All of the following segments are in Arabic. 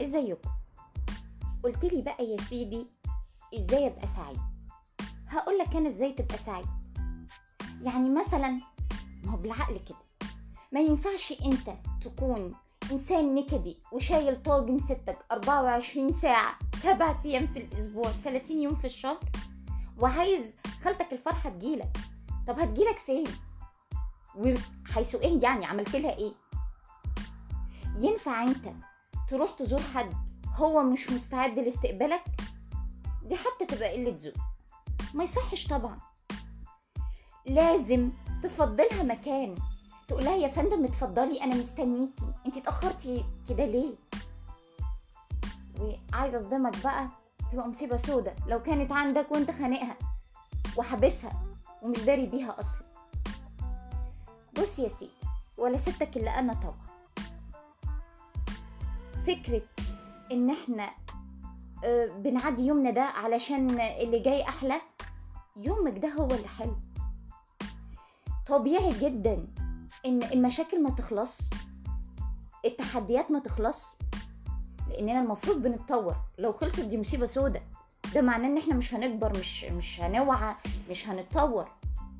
ازيكم؟ قلت لي بقى يا سيدي ازاي ابقى سعيد. هقول لك انا ازاي تبقى سعيد. يعني مثلا ما هو بالعقل كده، ما ينفعش انت تكون انسان نكدي وشايل طاجن ستك 24 ساعة 7 ايام في الاسبوع 30 يوم في الشهر وعايز خالتك الفرحة تجيلك. طب هتجيلك فين؟ وحيث ايه؟ يعني عملت لها ايه؟ ينفع انت تروح تزور حد هو مش مستعد لاستقبالك؟ دي حتى تبقى قلة ذوق، ما يصحش طبعا. لازم تفضلها مكان، تقولها يا فندم اتفضلي انا مستنيكي، انتي اتأخرتي كده ليه؟ وعايزة اصدمك بقى، تبقى مصيبة سودة لو كانت عندك وانت خانقها وحابسها ومش داري بيها اصلا. بص يا سيدي، ولا ستك الا انا طبعا. فكرة ان احنا بنعدي يومنا ده علشان اللي جاي احلى، يومك ده هو اللي حلو. طبيعي جدا ان المشاكل ما تخلص، التحديات ما تخلص، لاننا المفروض بنتطور. لو خلصت دي مصيبة سودة، ده معناه ان احنا مش هنكبر، مش هنوعى، مش هنتطور.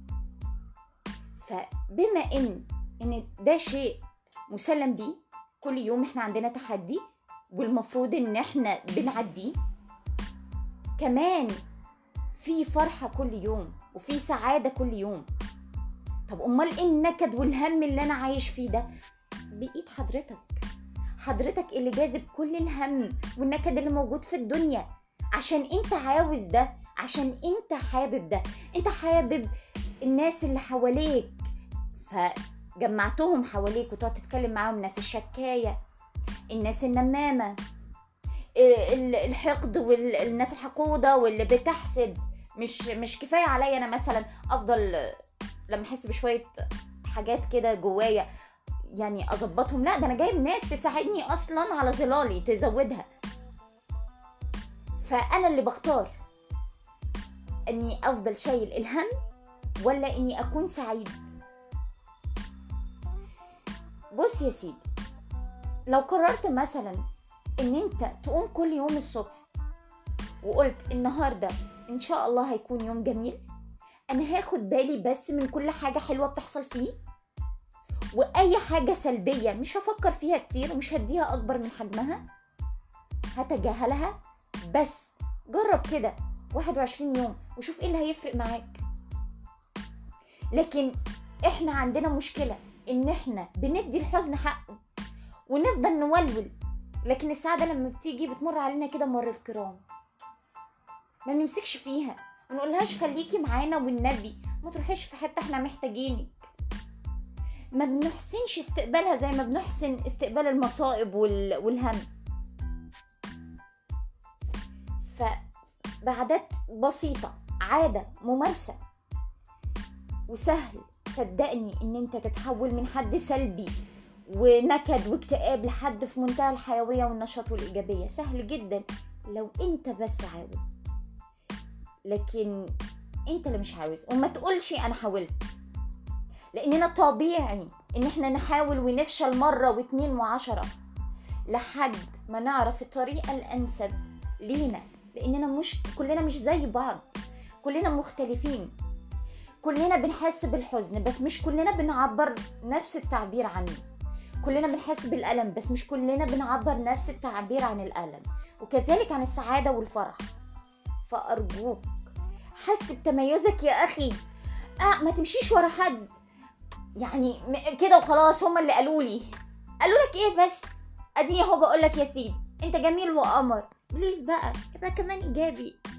فبما ان ده شيء مسلم بيه، كل يوم احنا عندنا تحدي والمفروض ان احنا بنعديه. كمان في فرحة كل يوم وفي سعادة كل يوم. طب امال ايه النكد والهم اللي انا عايش فيه ده؟ بإيد حضرتك اللي جاذب كل الهم والنكد اللي موجود في الدنيا، عشان انت عاوز ده، عشان انت حابب ده، انت حابب الناس اللي حواليك فجمعتهم حواليك وتقعد تتكلم معاهم. الناس الشكاية، الناس النمامة، الحقد والناس الحقودة واللي بتحسد. مش كفاية عليا انا مثلا افضل لما احس بشوية حاجات كده جوايا يعني اظبطهم؟ لا، ده انا جايب ناس تساعدني اصلا على ظلالي تزودها. فانا اللي بختار اني افضل شايل الهم ولا اني اكون سعيد. بص يا سيدي، لو قررت مثلا ان انت تقوم كل يوم الصبح وقلت النهاردة ان شاء الله هيكون يوم جميل، انا هاخد بالي بس من كل حاجة حلوة بتحصل فيه، واي حاجة سلبية مش هفكر فيها كتير ومش هديها اكبر من حجمها، هتجاهلها. بس جرب كده 21 يوم وشوف ايه اللي هيفرق معاك. لكن احنا عندنا مشكلة ان احنا بندي الحزن حقه ونفضل نولول، لكن السعادة لما بتيجي بتمر علينا كده مر الكرام، ما نمسكش فيها، ما نقولهاش خليكي معانا والنبي ما تروحيش في حتة احنا محتاجينك. ما بنحسنش استقبالها زي ما بنحسن استقبال المصائب والهم. فبعادات بسيطة، عادة ممارسة، وسهل صدقني ان انت تتحول من حد سلبي ونكد واكتئاب لحد في منتهى الحيوية والنشاط والإيجابية. سهل جدا لو انت بس عاوز، لكن انت اللي مش عاوز. وما تقولش انا حاولت، لاننا طبيعي ان احنا نحاول ونفشل مرة واثنين وعشرة لحد ما نعرف الطريقة الانسب لينا، لاننا كلنا مش زي بعض، كلنا مختلفين، كلنا بنحس بالحزن بس مش كلنا بنعبر نفس التعبير عنه، كلنا بنحس بالألم بس مش كلنا بنعبر نفس التعبير عن الألم، وكذلك عن السعادة والفرح. فأرجوك حس بتميزك يا أخي. ما تمشيش ورا حد يعني كده وخلاص. هما اللي قالوا لك ايه بس؟ اديني اهو بقولك يا سيدي انت جميل وقمر، بليز بقى يبقى كمان ايجابي.